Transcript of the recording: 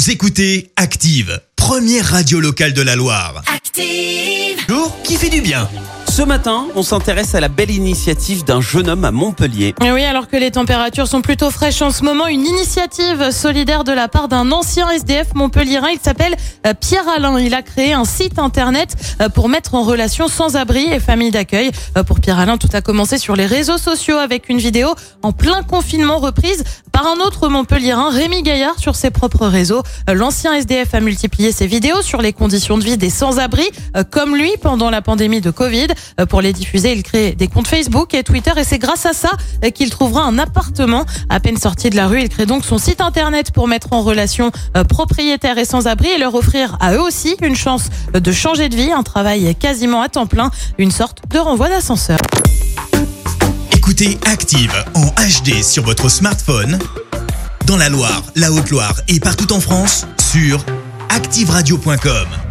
Vous écoutez Active, première radio locale de la Loire. Active. Jour qui fait du bien. Ce matin, on s'intéresse à la belle initiative d'un jeune homme à Montpellier. Et oui, alors que les températures sont plutôt fraîches en ce moment, une initiative solidaire de la part d'un ancien SDF montpelliérain. Il s'appelle Pierre Alain. Il a créé un site internet pour mettre en relation sans-abri et familles d'accueil. Pour Pierre Alain, tout a commencé sur les réseaux sociaux avec une vidéo en plein confinement reprise par un autre montpelliérain, Rémi Gaillard, sur ses propres réseaux. L'ancien SDF a multiplié ses vidéos sur les conditions de vie des sans-abri, comme lui pendant la pandémie de Covid. Pour les diffuser, il crée des comptes Facebook et Twitter et c'est grâce à ça qu'il trouvera un appartement. À peine sorti de la rue, il crée donc son site internet pour mettre en relation propriétaires et sans-abri et leur offrir à eux aussi une chance de changer de vie, un travail quasiment à temps plein, une sorte de renvoi d'ascenseur. Écoutez Active en HD sur votre smartphone, dans la Loire, la Haute-Loire et partout en France, sur activeradio.com.